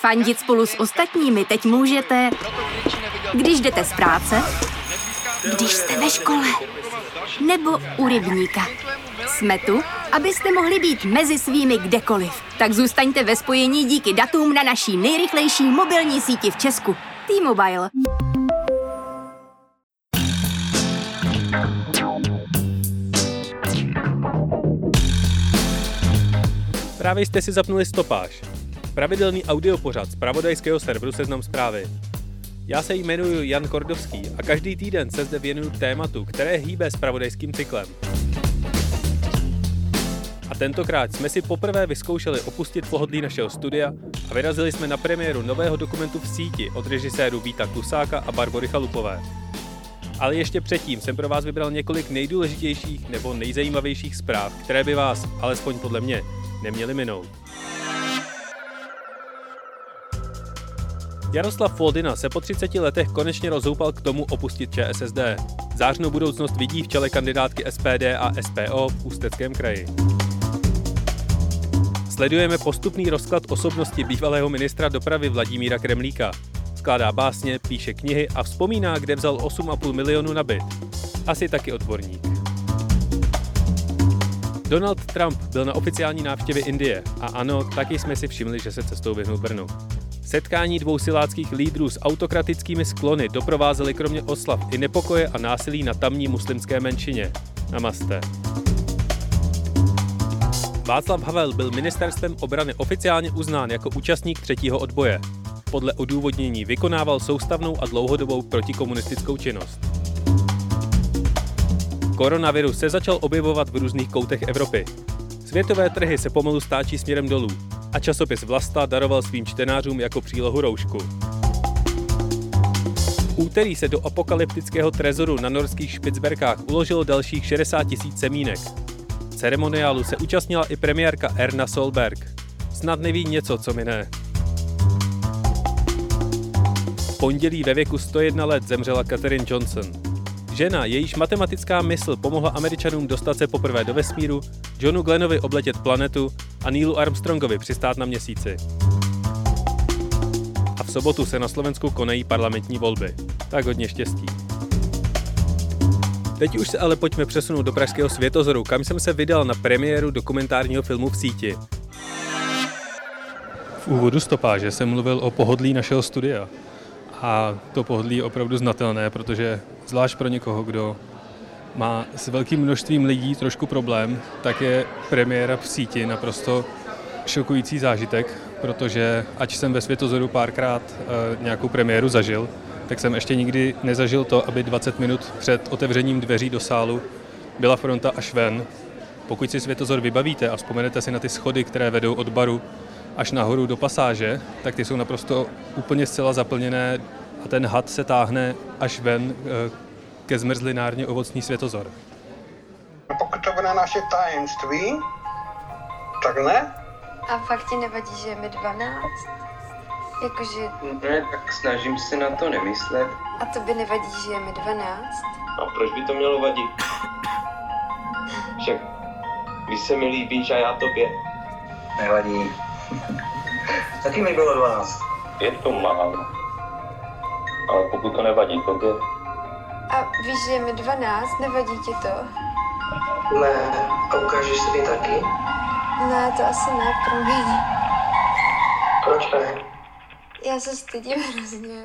Fandit spolu s ostatními teď můžete, když jdete z práce, když jste ve škole, nebo u rybníka. Jsme tu, abyste mohli být mezi svými kdekoliv. Tak zůstaňte ve spojení díky datům na naší nejrychlejší mobilní síti v Česku. T-Mobile. Právě jste si zapnuli Stopáž. Pravidelný audiopořad z zpravodajského serveru Seznam Zprávy. Já se jmenuji Jan Kordovský a každý týden se zde věnuju tématu, které hýbe zpravodajským cyklem. A tentokrát jsme si poprvé vyzkoušeli opustit pohodlí našeho studia a vyrazili jsme na premiéru nového dokumentu V síti od režisérů Víta Klusáka a Barbory Chalupové. Ale ještě předtím jsem pro vás vybral několik nejdůležitějších nebo nejzajímavějších zpráv, které by vás, alespoň podle mě, neměly minout. Jaroslav Foldyna se po 30 letech konečně rozhoupal k tomu opustit ČSSD. Zářnou budoucnost vidí v čele kandidátky SPD a SPO v Ústeckém kraji. Sledujeme postupný rozklad osobnosti bývalého ministra dopravy Vladimíra Kremlíka. Skládá básně, píše knihy a vzpomíná, kde vzal 8,5 milionu na byt. Asi taky odborník. Donald Trump byl na oficiální návštěvě Indie a ano, taky jsme si všimli, že se cestou vyhnul Brnu. Setkání dvou siláckých lídrů s autokratickými sklony doprovázely kromě oslav i nepokoje a násilí na tamní muslimské menšině. Namaste. Václav Havel byl ministerstvem obrany oficiálně uznán jako účastník třetího odboje. Podle odůvodnění vykonával soustavnou a dlouhodobou protikomunistickou činnost. Koronavirus se začal objevovat v různých koutech Evropy. Světové trhy se pomalu stáčí směrem dolů a časopis Vlasta daroval svým čtenářům jako přílohu roušku. V úterý se do apokalyptického trezoru na norských Špicberkách uložilo dalších 60 000 semínek. V ceremoniálu se účastnila i premiérka Erna Solberg. Snad neví něco, co mi ne. V pondělí ve věku 101 let zemřela Katherine Johnson. Žena, jejíž matematická mysl pomohla Američanům dostat se poprvé do vesmíru, Johnu Glennovi obletět planetu a Neilu Armstrongovi přistát na Měsíci. A v sobotu se na Slovensku konají parlamentní volby. Tak hodně štěstí. Teď už se ale pojďme přesunout do pražského Světozoru, kam jsem se vydal na premiéru dokumentárního filmu V síti. V úvodu Stopáže jsem mluvil o pohodlí našeho studia. A to pohodlí je opravdu znatelné, protože zvlášť pro někoho, kdo má s velkým množstvím lidí trošku problém, tak je premiéra V síti naprosto šokující zážitek, protože ať jsem ve Světozoru párkrát nějakou premiéru zažil, tak jsem ještě nikdy nezažil to, aby 20 minut před otevřením dveří do sálu byla fronta až ven. Pokud si Světozor vybavíte a vzpomenete si na ty schody, které vedou od baru až nahoru do pasáže, tak ty jsou naprosto úplně zcela zaplněné a ten had se táhne až ven ke zmrzlinárně ovocný Světozor. Pokud to bude naše tajemství, tak ne? A fakt ti nevadí, že je mi 12? Jakože... Ne, tak snažím se na to nemyslet. A to by nevadí, že je mi 12? A proč by to mělo vadit? Však vy se mi líbíš a já tobě. Nevadí. Taky mi bylo 12. Je to málo. Ale pokud to nevadí tobě... A víš, že je mi 12? Nevadí ti to? Ne, a ukážeš se mi taky? Ne, to asi ne, promiň. Proč ne? Já se stydím hrozně.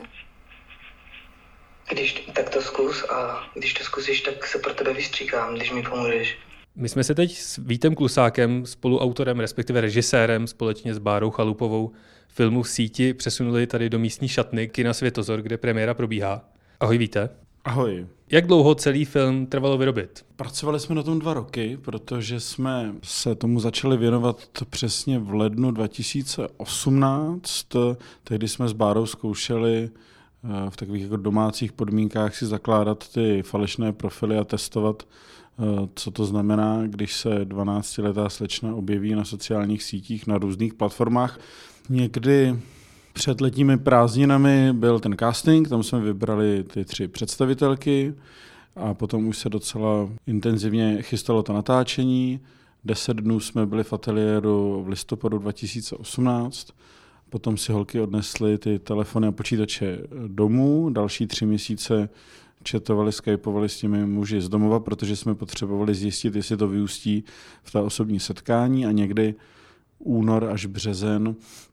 Tak to zkus a když to zkusíš, tak se pro tebe vystříkám, když mi pomůžeš. My jsme se teď s Vítem Klusákem, spoluautorem, respektive režisérem, společně s Bárou Chalupovou filmu V síti přesunuli tady do místní šatny kina Světozor, kde premiéra probíhá. Ahoj Víte. Ahoj. Jak dlouho celý film trvalo vyrobit? Pracovali jsme na tom 2 roky, protože jsme se tomu začali věnovat přesně v lednu 2018. Tehdy jsme s Bárou zkoušeli v takových jako domácích podmínkách si zakládat ty falešné profily a testovat, co to znamená, když se 12letá slečna objeví na sociálních sítích na různých platformách. Někdy před letními prázdninami byl ten casting, tam jsme vybrali ty 3 představitelky a potom už se docela intenzivně chystalo to natáčení. 10 dnů jsme byli v ateliéru v listopadu 2018 Potom si holky odnesly ty telefony a počítače domů, další 3 měsíce chatovali, skypovali s těmi muži z domova, protože jsme potřebovali zjistit, jestli to vyústí v ta osobní setkání a někdy únor až březen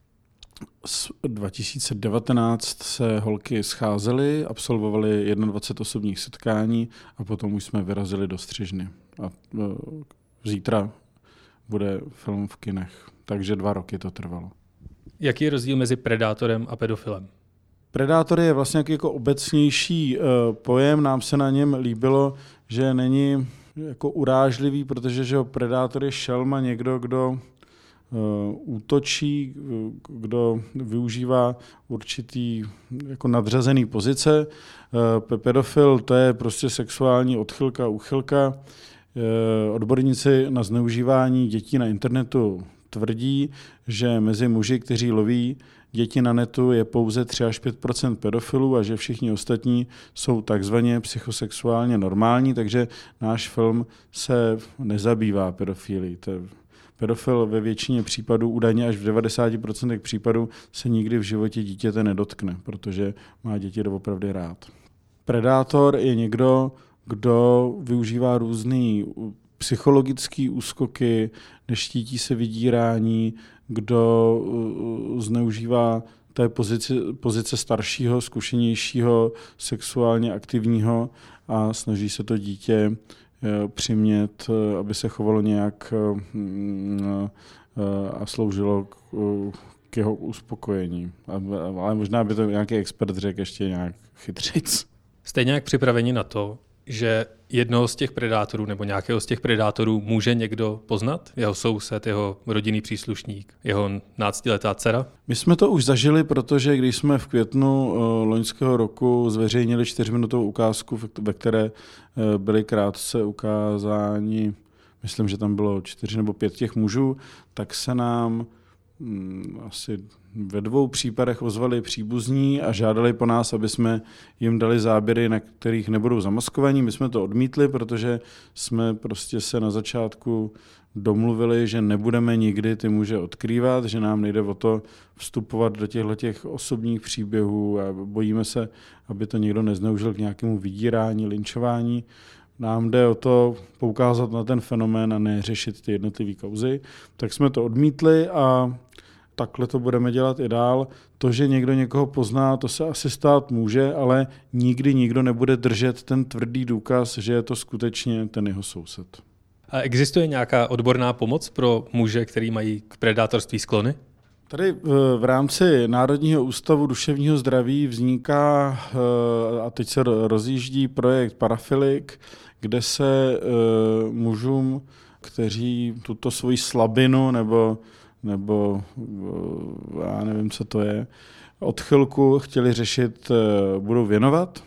2019 se holky scházely, absolvovali 21 osobních setkání a potom už jsme vyrazili do Střižny. A zítra bude film v kinech, takže 2 roky to trvalo. Jaký je rozdíl mezi predátorem a pedofilem? Predátor je vlastně jako obecnější pojem, nám se na něm líbilo, že není jako urážlivý, protože že predátor je šelma, někdo, kdo útočí, kdo využívá určitý jako nadřazený pozice. Pedofil to je prostě sexuální odchylka, úchylka. Odborníci na zneužívání dětí na internetu tvrdí, že mezi muži, kteří loví děti na netu, je pouze 3-5% pedofilů a že všichni ostatní jsou takzvaně psychosexuálně normální, takže náš film se nezabývá pedofilí. Pedofil ve většině případů, údajně až v 90% případů, se nikdy v životě dítěte nedotkne, protože má děti doopravdy rád. Predátor je někdo, kdo využívá různý psychologické úskoky, neštítí se vydírání, kdo zneužívá té pozice staršího, zkušenějšího, sexuálně aktivního a snaží se to dítě přimět, aby se chovalo nějak a sloužilo k jeho uspokojení. Ale možná by to nějaký expert řekl ještě nějak chytřejc. Jste nějak připraveni na to, že jednoho z těch predátorů nebo nějakého z těch predátorů může někdo poznat? Jeho soused, jeho rodinný příslušník, jeho 12letá dcera? My jsme to už zažili, protože když jsme v květnu loňského roku zveřejnili 4minutovou ukázku, ve které byly krátce ukázáni, myslím, že tam bylo 4 nebo 5 těch mužů, tak se nám asi ve 2 případech ozvali příbuzní a žádali po nás, aby jsme jim dali záběry, na kterých nebudou zamaskovaní. My jsme to odmítli, protože jsme prostě se na začátku domluvili, že nebudeme nikdy ty muže odkrývat, že nám nejde o to vstupovat do těch osobních příběhů a bojíme se, aby to někdo nezneužil k nějakému vydírání, lynčování. Nám jde o to poukázat na ten fenomén a neřešit ty jednotlivé kauzy. Tak jsme to odmítli a takhle to budeme dělat i dál. To, že někdo někoho pozná, to se asi stát může, ale nikdy nikdo nebude držet ten tvrdý důkaz, že je to skutečně ten jeho soused. A existuje nějaká odborná pomoc pro muže, který mají k predátorství sklony? Tady v rámci Národního ústavu duševního zdraví vzniká, a teď se rozjíždí projekt Parafilik, kde se mužům, kteří tuto svoji slabinu nebo já nevím, co to je, odchylku chtěli řešit, budou věnovat.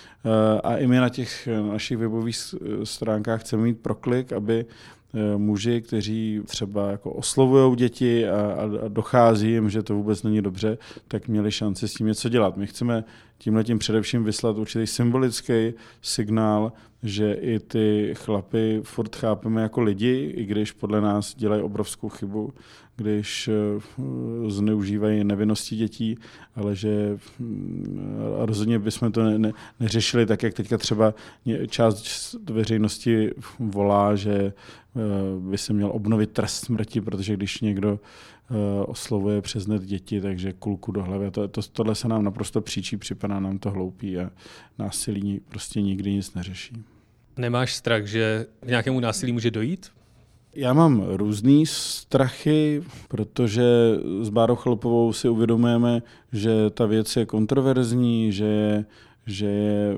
A i my na těch našich webových stránkách chceme mít proklik, aby muži, kteří třeba jako oslovují děti a dochází jim, že to vůbec není dobře, tak měli šanci s tím něco dělat. My chceme tímhletím především vyslat určitý symbolický signál, že i ty chlapy furt chápeme jako lidi, i když podle nás dělají obrovskou chybu, když zneužívají nevinnosti dětí, ale že rozhodně bychom to neřešili tak, jak teďka třeba část veřejnosti volá, že by se měl obnovit trest smrti, protože když někdo oslovuje přes net děti, takže kulku do hlavy. Tohle se nám naprosto příčí, připadá nám to hloupý a násilí prostě nikdy nic neřeší. Nemáš strach, že k nějakému násilí může dojít? Já mám různý strachy, protože s Bárou Chalupovou si uvědomujeme, že ta věc je kontroverzní, že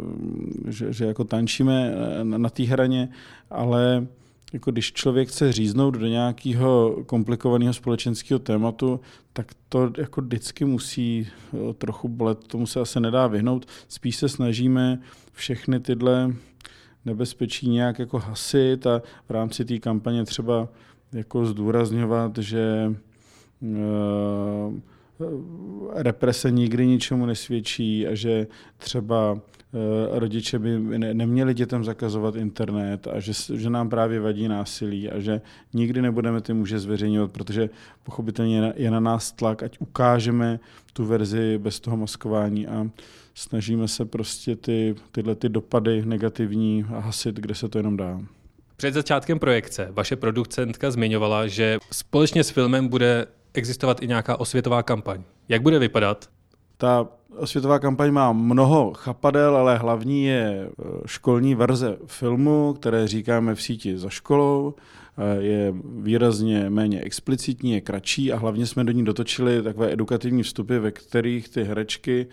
jako tančíme na té hraně, ale jako když člověk chce říznout do nějakého komplikovaného společenského tématu, tak to jako vždycky musí trochu bolet, tomu se asi nedá vyhnout. Spíš se snažíme všechny tyhle nebezpečí nějak jako hasit a v rámci té kampaně třeba jako zdůrazňovat, že represe nikdy ničemu nesvědčí a že třeba rodiče by neměli dětem zakazovat internet a že nám právě vadí násilí a že nikdy nebudeme ty muže zveřejňovat, protože pochopitelně je na nás tlak, ať ukážeme tu verzi bez toho maskování a snažíme se prostě tyhle dopady negativní hasit, kde se to jenom dá. Před začátkem projekce vaše producentka zmiňovala, že společně s filmem bude existovat i nějaká osvětová kampaň. Jak bude vypadat? Ta osvětová kampaň má mnoho chapadel, ale hlavní je školní verze filmu, které říkáme v síti za školou. Je výrazně méně explicitní, je kratší a hlavně jsme do ní dotočili takové edukativní vstupy, ve kterých ty herečky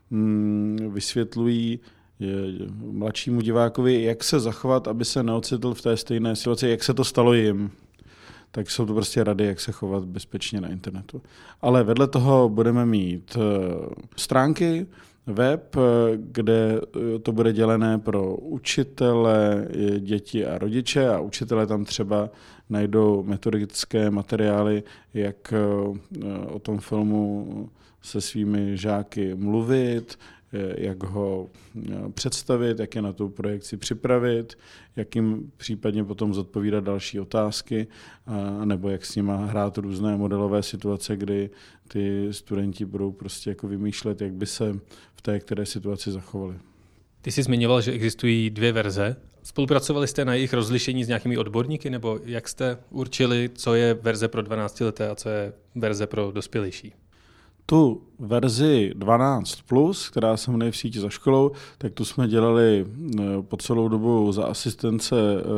vysvětlují mladšímu divákovi, jak se zachovat, aby se neocitl v té stejné situaci, jak se to stalo jim. Tak jsou to prostě rady, jak se chovat bezpečně na internetu. Ale vedle toho budeme mít stránky, web, kde to bude dělené pro učitele, děti a rodiče a učitele tam třeba najdou metodické materiály, jak o tom filmu se svými žáky mluvit, jak ho představit, jak je na tu projekci připravit, jak jim případně potom zodpovídat další otázky, nebo jak s nima hrát různé modelové situace, kdy ty studenti budou prostě jako vymýšlet, jak by se v té které situaci zachovali. Ty jsi zmiňoval, že existují 2 verze. Spolupracovali jste na jejich rozlišení s nějakými odborníky, nebo jak jste určili, co je verze pro 12leté a co je verze pro dospělejší? Tu verzi 12+, která se jmenuje v síti za školou, tak tu jsme dělali po celou dobu za asistence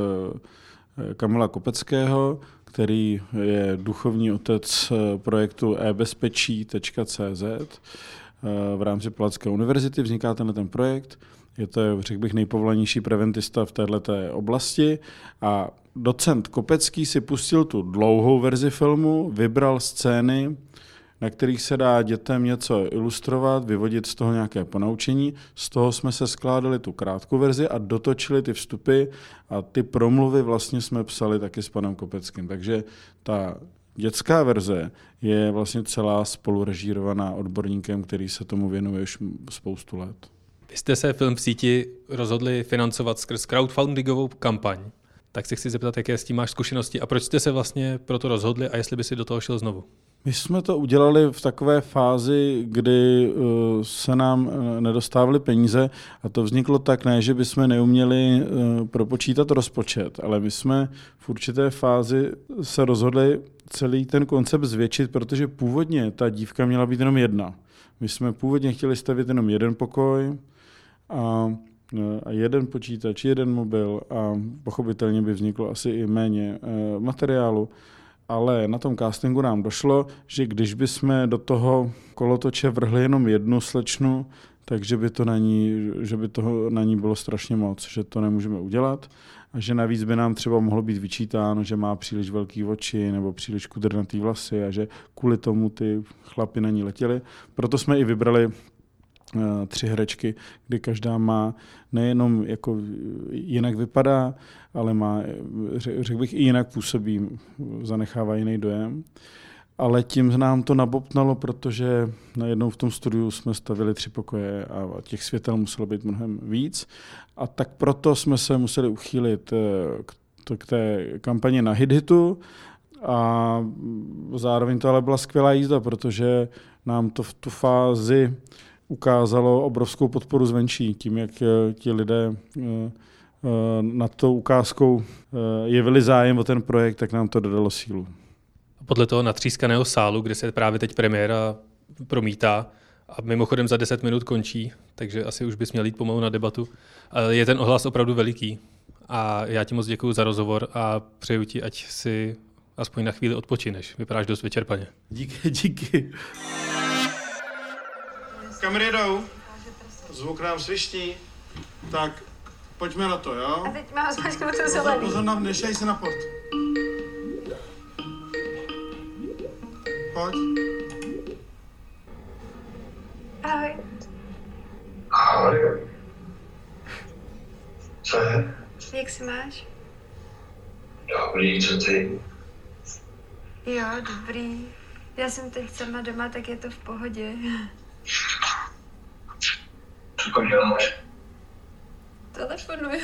Kamila Kopeckého, který je duchovní otec projektu ebezpečí.cz. V rámci Palackého univerzity vzniká ten projekt. Je to, řekl bych, nejpovolanější preventista v této oblasti a docent Kopecký si pustil tu dlouhou verzi filmu, vybral scény, na kterých se dá dětem něco ilustrovat, vyvodit z toho nějaké ponaučení. Z toho jsme se skládali tu krátkou verzi a dotočili ty vstupy a ty promluvy vlastně jsme psali taky s panem Kopeckým. Takže ta dětská verze je vlastně celá spolurežírovaná odborníkem, který se tomu věnuje už spoustu let. Vy jste se film v síti rozhodli financovat skrz crowdfundingovou kampaň. Tak se chci zeptat, jaké s tím máš zkušenosti a proč jste se vlastně pro to rozhodli a jestli by si do toho šel znovu? My jsme to udělali v takové fázi, kdy se nám nedostávaly peníze a to vzniklo tak, ne, že bychom neuměli propočítat rozpočet, ale my jsme v určité fázi se rozhodli celý ten koncept zvětšit, protože původně ta dívka měla být jenom jedna. My jsme původně chtěli stavět jenom jeden pokoj a jeden počítač, jeden mobil a pochopitelně by vzniklo asi i méně materiálu. Ale na tom castingu nám došlo, že když bychom do toho kolotoče vrhli jenom jednu slečnu, takže by toho na ní bylo strašně moc, že to nemůžeme udělat a že navíc by nám třeba mohlo být vyčítáno, že má příliš velký oči nebo příliš kudrnatý vlasy a že kvůli tomu ty chlapi na ní letěli. Proto jsme i vybrali 3 herečky, kdy každá má nejenom jako jinak vypadá, ale má, řekl bych, i jinak působí, zanechává jiný dojem. Ale tím nám to nabobtnalo, protože najednou v tom studiu jsme stavili 3 pokoje a těch světel muselo být mnohem víc. A tak proto jsme se museli uchýlit k té kampani na HitHitu a zároveň to ale byla skvělá jízda, protože nám to v tu fázi ukázalo obrovskou podporu zvenčí, tím, jak ti lidé nad tou ukázkou jevili zájem o ten projekt, tak nám to dodalo sílu. Podle toho natřískaného sálu, kde se právě teď premiéra promítá a mimochodem za 10 minut končí, takže asi už bys měl jít pomalu na debatu, je ten ohlas opravdu veliký. A já ti moc děkuju za rozhovor a přeju ti, ať si aspoň na chvíli odpočineš. Vypadáš dost vyčerpaně. Díky. Kamery jedou, zvuk nám sviští, tak pojďme na to, jo? A teď mám zmačknout to zelený. Pozor, nešej se na port. Pojď. Ahoj. Ahoj. Co je? Jak se máš? Dobrý, co ty? Jo, dobrý. Já jsem teď sama doma, tak je to v pohodě. Co tam děláš? Telefonuju.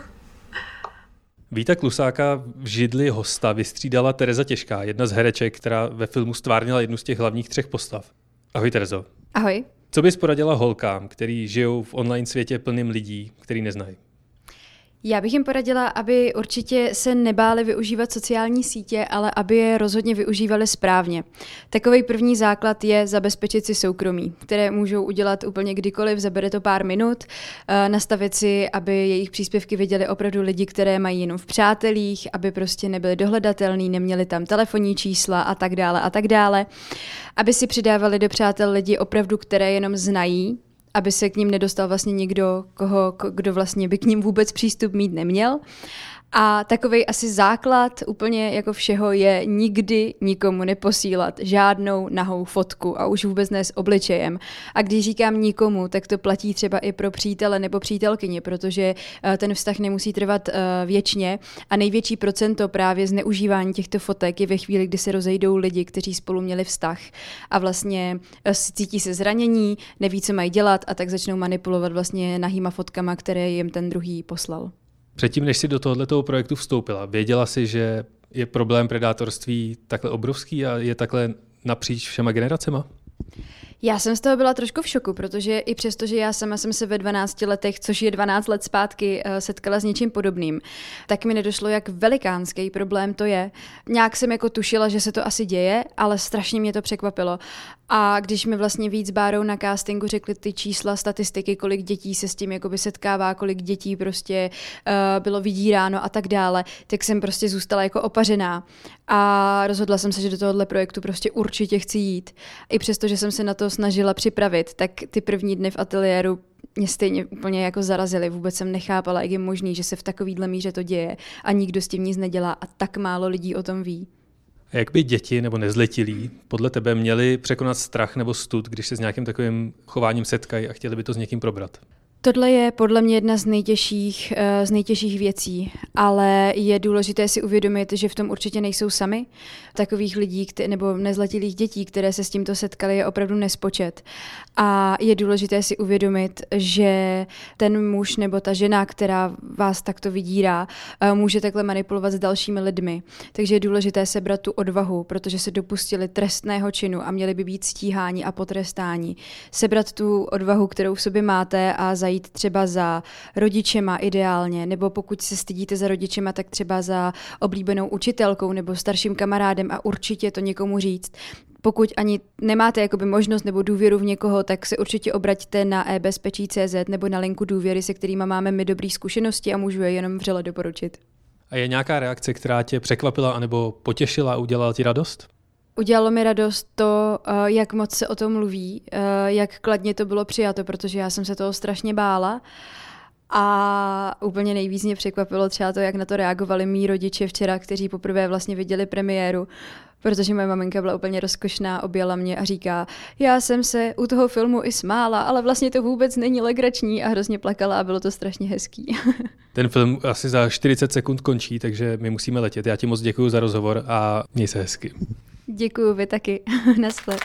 Víta Klusáka v židli hosta vystřídala Tereza Těžká, jedna z hereček, která ve filmu stvárnila jednu z těch hlavních 3 postav. Ahoj Terezo. Ahoj. Co bys poradila holkám, který žijou v online světě plným lidí, který neznají? Já bych jim poradila, aby určitě se nebáli využívat sociální sítě, ale aby je rozhodně využívali správně. Takový první základ je zabezpečit si soukromí, které můžou udělat úplně kdykoliv, zabere to pár minut, nastavit si, aby jejich příspěvky viděli opravdu lidi, které mají jenom v přátelích, aby prostě nebyli dohledatelný, neměli tam telefonní čísla a tak dále, aby si přidávali do přátel lidi opravdu, které jenom znají, aby se k ním nedostal vlastně někdo, kdo vlastně by k ním vůbec přístup mít neměl. A takovej asi základ úplně jako všeho je nikdy nikomu neposílat žádnou nahou fotku a už vůbec ne s obličejem. A když říkám nikomu, tak to platí třeba i pro přítele nebo přítelkyni, protože ten vztah nemusí trvat věčně a největší procento právě zneužívání těchto fotek je ve chvíli, kdy se rozejdou lidi, kteří spolu měli vztah a vlastně cítí se zranění, neví, co mají dělat a tak začnou manipulovat vlastně nahýma fotkama, které jim ten druhý poslal. Předtím, než jsi do tohoto projektu vstoupila, věděla jsi, že je problém predátorství takhle obrovský a je takhle napříč všema generacema? Já jsem z toho byla trošku v šoku, protože i přesto, že já sama jsem se ve 12 letech, což je 12 let zpátky, setkala s něčím podobným, tak mi nedošlo, jak velikánský problém to je. Nějak jsem jako tušila, že se to asi děje, ale strašně mě to překvapilo. A když mi vlastně víc Bárou na castingu řekli ty čísla, statistiky, kolik dětí se s tím jakoby setkává, kolik dětí prostě bylo vydíráno a tak dále, tak jsem prostě zůstala jako opařená. A rozhodla jsem se, že do tohohle projektu prostě určitě chci jít. I přesto, že jsem se na to snažila připravit, tak ty první dny v ateliéru mě stejně úplně jako zarazily. Vůbec jsem nechápala, jak je možný, že se v takovýhle míře to děje a nikdo s tím nic nedělá a tak málo lidí o tom ví. A jak by děti nebo nezletilí podle tebe měli překonat strach nebo stud, když se s nějakým takovým chováním setkají a chtěli by to s někým probrat? Tohle je podle mě jedna z nejtěžších věcí, ale je důležité si uvědomit, že v tom určitě nejsou sami. Takových lidí nebo nezletilých dětí, které se s tímto setkaly, je opravdu nespočet. A je důležité si uvědomit, že ten muž nebo ta žena, která vás takto vydírá, může takhle manipulovat s dalšími lidmi. Takže je důležité sebrat tu odvahu, protože se dopustili trestného činu a měli by být stíháni a potrestáni. Sebrat tu odvahu, kterou v sobě máte a zajít třeba za rodičema ideálně, nebo pokud se stydíte za rodičema, tak třeba za oblíbenou učitelkou nebo starším kamarádem a určitě to někomu říct. Pokud ani nemáte jakoby možnost nebo důvěru v někoho, tak se určitě obraťte na eBezpečí.cz nebo na linku důvěry, se kterýma máme my dobré zkušenosti a můžu je jenom vřele doporučit. A je nějaká reakce, která tě překvapila anebo potěšila a udělala ti radost? Udělalo mi radost to, jak moc se o tom mluví, jak kladně to bylo přijato, protože já jsem se toho strašně bála. A úplně nejvíc mě překvapilo třeba to, jak na to reagovali mý rodiče včera, kteří poprvé vlastně viděli premiéru, protože moje maminka byla úplně rozkošná, objela mě a říká, já jsem se u toho filmu i smála, ale vlastně to vůbec není legrační a hrozně plakala a bylo to strašně hezký. Ten film asi za 40 sekund končí, takže my musíme letět. Já ti moc děkuju za rozhovor a měj se hezky. Děkuju, vy taky. Naschle.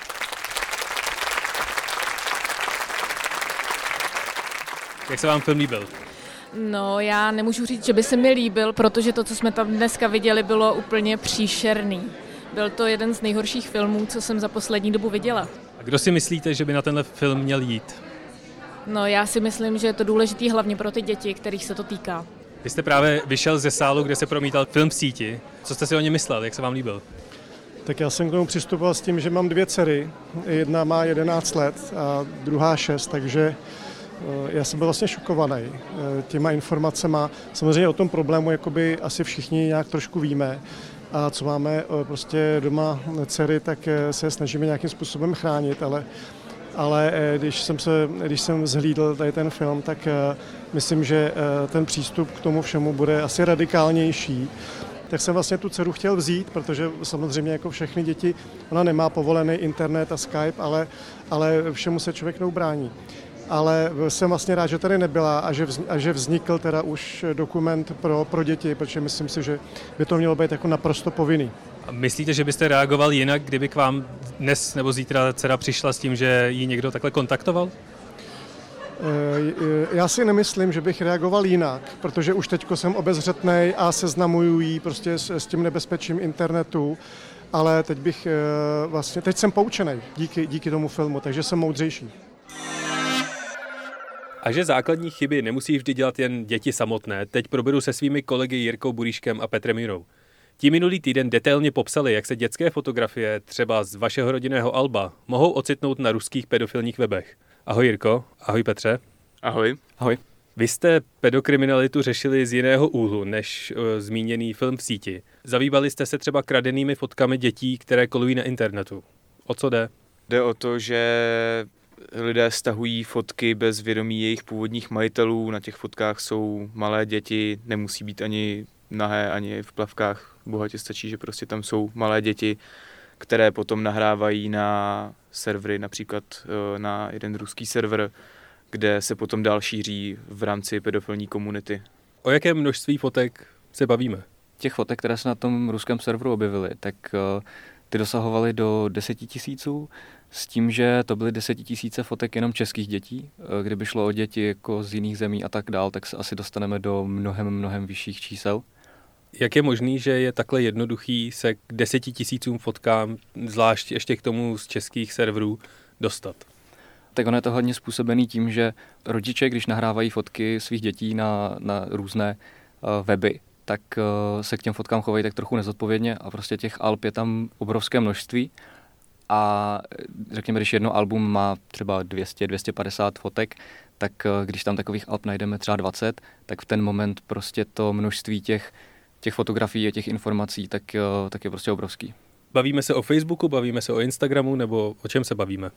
Jak se vám film líbil? No, já nemůžu říct, že by se mi líbil, protože to, co jsme tam dneska viděli, bylo úplně příšerný. Byl to jeden z nejhorších filmů, co jsem za poslední dobu viděla. A kdo si myslíte, že by na tenhle film měl jít? No, já si myslím, že je to důležitý hlavně pro ty děti, kterých se to týká. Vy jste právě vyšel ze sálu, kde se promítal film v síti. Co jste si o něm myslel? Jak se vám líbil? Tak já jsem k tomu přistupoval s tím, že mám 2 dcery. Jedna má 11 let a druhá 6, takže já jsem byl vlastně šokovaný těma informacema. Samozřejmě o tom problému jakoby asi všichni nějak trošku víme. A co máme prostě doma dcery, tak se snažíme nějakým způsobem chránit, ale když jsem zhlídl tady ten film, tak myslím, že ten přístup k tomu všemu bude asi radikálnější. Tak jsem vlastně tu dceru chtěl vzít, protože samozřejmě jako všechny děti, ona nemá povolený internet a Skype, ale všemu se člověk neubrání. Ale jsem vlastně rád, že tady nebyla a že vznikl teda už dokument pro děti, protože myslím si, že by to mělo být jako naprosto povinný. A myslíte, že byste reagoval jinak, kdyby k vám dnes nebo zítra dcera přišla s tím, že ji někdo takhle kontaktoval? Já si nemyslím, že bych reagoval jinak, protože už teďko jsem obezřetnej a seznamuju jí prostě s tím nebezpečím internetu, ale teď jsem poučenej díky tomu filmu, takže jsem moudřejší. A že základní chyby nemusí vždy dělat jen děti samotné, teď proberu se svými kolegy Jirkou Buríškem a Petrem Jurou. Ti minulý týden detailně popsali, jak se dětské fotografie, třeba z vašeho rodinného alba, mohou ocitnout na ruských pedofilních webech. Ahoj Jirko, ahoj Petře. Ahoj. Ahoj. Vy jste pedokriminalitu řešili z jiného úhlu než zmíněný film v síti. Zabývali jste se třeba kradenými fotkami dětí, které kolují na internetu. O co jde? Jde o to, že lidé stahují fotky bez vědomí jejich původních majitelů. Na těch fotkách jsou malé děti, nemusí být ani nahé, ani v plavkách. Bohatě stačí, že prostě tam jsou malé děti, které potom nahrávají na servery, například na jeden ruský server, kde se potom dál šíří v rámci pedofilní komunity. O jaké množství fotek se bavíme? Těch fotek, které se na tom ruském serveru objevily, tak ty dosahovaly do 10 000, s tím, že to byly 10 000 fotek jenom českých dětí. Kdyby šlo o děti jako z jiných zemí a tak dál, tak se asi dostaneme do mnohem vyšších čísel. Jak je možný, že je takhle jednoduchý se k 10 000 fotkám, zvlášť ještě k tomu z českých serverů, dostat? Tak ono je to hodně způsobený tím, že rodiče, když nahrávají fotky svých dětí na různé weby, tak se k těm fotkám chovají tak trochu nezodpovědně a prostě těch alb je tam obrovské množství. A řekněme, když jedno album má třeba 200-250 fotek, tak když tam takových alb najdeme třeba 20, tak v ten moment prostě to množství těch fotografií a těch informací, tak je prostě obrovský. Bavíme se o Facebooku, bavíme se o Instagramu, nebo o čem se bavíme?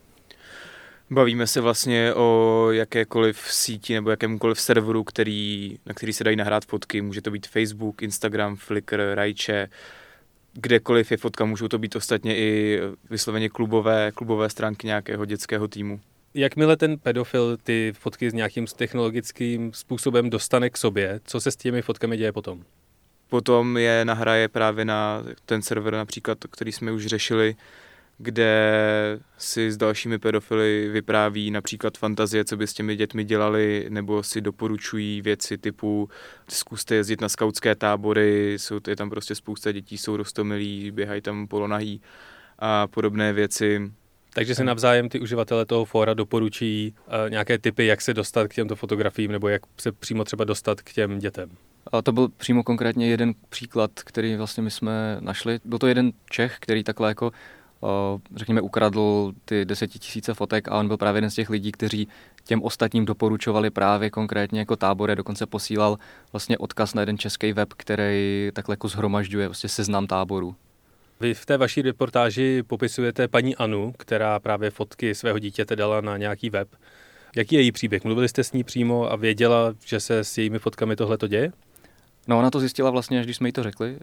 Bavíme se vlastně o jakékoliv síti nebo jakémukoliv serveru, na který se dají nahrát fotky. Může to být Facebook, Instagram, Flickr, Rajče, kdekoliv je fotka, můžou to být ostatně i vysloveně klubové stránky nějakého dětského týmu. Jakmile ten pedofil ty fotky s nějakým technologickým způsobem dostane k sobě, co se s těmi fotkami děje potom? Potom je nahraje právě na ten server například, který jsme už řešili, kde si s dalšími pedofily vypráví například fantazie, co by s těmi dětmi dělali, nebo si doporučují věci typu zkuste jezdit na skautské tábory, je tam prostě spousta dětí, jsou roztomilí, běhají tam polonahý a podobné věci. Takže se navzájem ty uživatelé toho fóra doporučí nějaké tipy, jak se dostat k těmto fotografiím, nebo jak se přímo třeba dostat k těm dětem. A to byl přímo konkrétně jeden příklad, který vlastně my jsme našli. Byl to jeden Čech, který takhle jako řekněme ukradl ty 10 000 fotek a on byl právě jeden z těch lidí, kteří těm ostatním doporučovali právě konkrétně jako tábory, dokonce posílal vlastně odkaz na jeden český web, který takhle jako shromažďuje vlastně seznam táborů. Vy v té vaší reportáži popisujete paní Anu, která právě fotky svého dítěte dala na nějaký web. Jaký je její příběh? Mluvili jste s ní přímo a věděla, že se s jejími fotkami tohleto děje? No, ona to zjistila vlastně, až když jsme jí to řekli.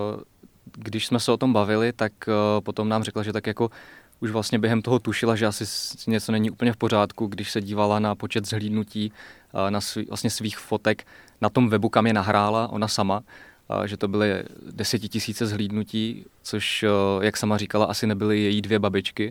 Když jsme se o tom bavili, tak potom nám řekla, že tak jako už vlastně během toho tušila, že asi něco není úplně v pořádku, když se dívala na počet zhlídnutí na vlastně svých fotek na tom webu, kam je nahrála ona sama, že to byly 10 000 zhlídnutí, což, jak sama říkala, asi nebyly její 2 babičky.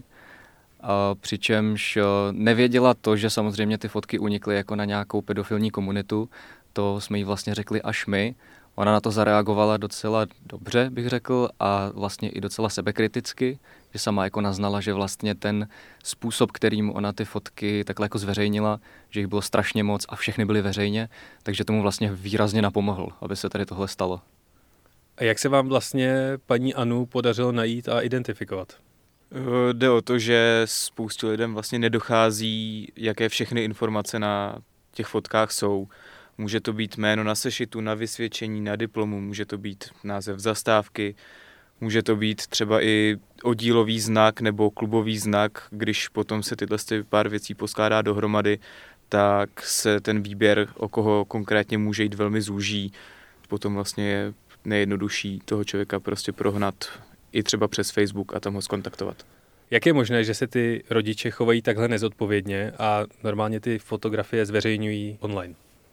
Přičemž nevěděla to, že samozřejmě ty fotky unikly jako na nějakou pedofilní komunitu, to jsme jí vlastně řekli až my. Ona na to zareagovala docela dobře, bych řekl, a vlastně i docela sebekriticky, že sama jako naznala, že vlastně ten způsob, kterým ona ty fotky takhle jako zveřejnila, že jich bylo strašně moc a všechny byly veřejně, takže tomu vlastně výrazně napomohl, aby se tady tohle stalo. A jak se vám vlastně paní Anu podařilo najít a identifikovat? Jde o to, že spoustě lidem vlastně nedochází, jaké všechny informace na těch fotkách jsou. Může to být jméno na sešitu, na vysvědčení, na diplomu, může to být název zastávky, může to být třeba i oddílový znak nebo klubový znak. Když potom se tyhle pár věcí poskládá dohromady, tak se ten výběr, o koho konkrétně může jít, velmi zúží. Potom vlastně je nejjednodušší toho člověka prostě prohnat i třeba přes Facebook a tam ho zkontaktovat. Jak je možné, že se ty rodiče chovají takhle nezodpovědně a normálně ty fotografie zveřejňují online?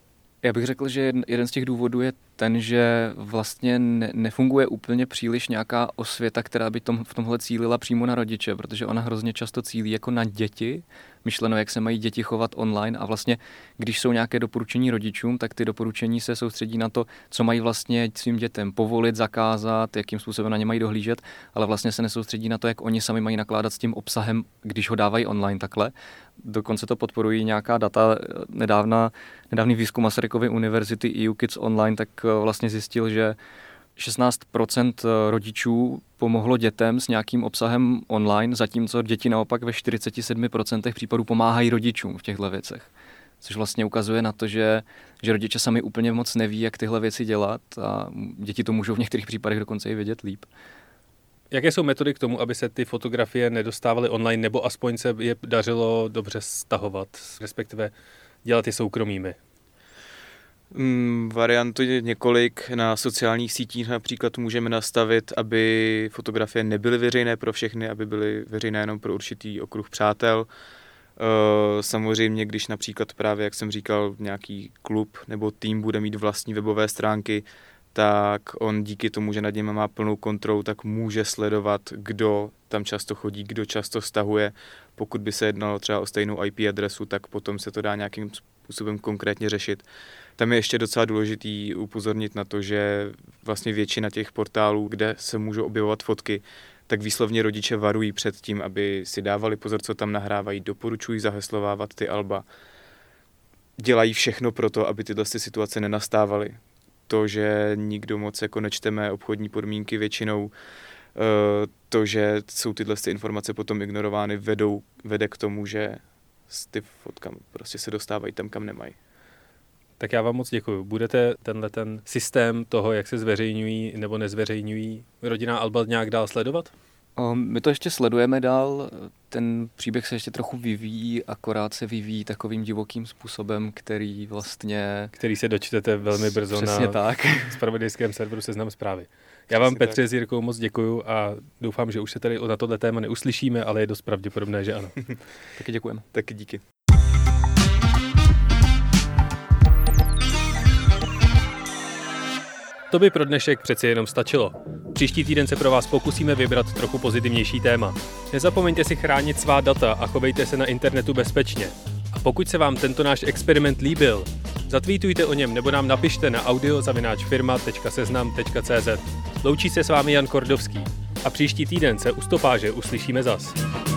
Já bych řekl, že jeden z těch důvodů je ten, že vlastně nefunguje úplně příliš nějaká osvěta, která by v tomhle cílila přímo na rodiče, protože ona hrozně často cílí jako na děti, myšleno, jak se mají děti chovat online a vlastně, když jsou nějaké doporučení rodičům, tak ty doporučení se soustředí na to, co mají vlastně svým dětem povolit, zakázat, jakým způsobem na ně mají dohlížet, ale vlastně se nesoustředí na to, jak oni sami mají nakládat s tím obsahem, když ho dávají online takhle. Dokonce to podporují nějaká data. Nedávný výzkum Masarykovy univerzity EU Kids Online tak vlastně zjistil, že 16% rodičů pomohlo dětem s nějakým obsahem online, zatímco děti naopak ve 47% případů pomáhají rodičům v těchto věcech. Což vlastně ukazuje na to, že rodiče sami úplně moc neví, jak tyhle věci dělat a děti to můžou v některých případech dokonce i vědět líp. Jaké jsou metody k tomu, aby se ty fotografie nedostávaly online, nebo aspoň se je dařilo dobře stahovat, respektive dělat je soukromými? Variantů je několik. Na sociálních sítích například můžeme nastavit, aby fotografie nebyly veřejné pro všechny, aby byly veřejné jenom pro určitý okruh přátel. Samozřejmě, když například právě, jak jsem říkal, nějaký klub nebo tým bude mít vlastní webové stránky, tak on díky tomu, že nad něm má plnou kontrolu, tak může sledovat, kdo tam často chodí, kdo často stahuje. Pokud by se jednalo třeba o stejnou IP adresu, tak potom se to dá nějakým způsobem konkrétně řešit. Tam je ještě docela důležitý upozornit na to, že vlastně většina těch portálů, kde se můžou objevovat fotky, tak výslovně rodiče varují před tím, aby si dávali pozor, co tam nahrávají, doporučují zaheslovávat ty alba. Dělají všechno pro to, aby tyhle situace nenastávaly. To, že nikdo moc jako nečteme obchodní podmínky většinou, to, že jsou tyhle informace potom ignorovány, vede k tomu, že ty fotkami prostě se dostávají tam, kam nemají. Tak já vám moc děkuju. Budete ten systém toho, jak se zveřejňují nebo nezveřejňují rodinná alba nějak dál sledovat? My to ještě sledujeme dál. Ten příběh se ještě trochu vyvíjí, akorát se vyvíjí takovým divokým způsobem, který se dočtete velmi brzo na zpravodajském serveru Seznam Zprávy. Já vám, Petře, s Jirkou moc děkuju a doufám, že už se tady na tohle téma neuslyšíme, ale je dost pravděpodobné, že ano. Taky děkujeme. Taky díky. To by pro dnešek přeci jenom stačilo. Příští týden se pro vás pokusíme vybrat trochu pozitivnější téma. Nezapomeňte si chránit svá data a chovejte se na internetu bezpečně. A pokud se vám tento náš experiment líbil, zatweetujte o něm nebo nám napište na audio@firma.seznam.cz. Loučí se s vámi Jan Kordovský a příští týden se u Stopáže uslyšíme zas.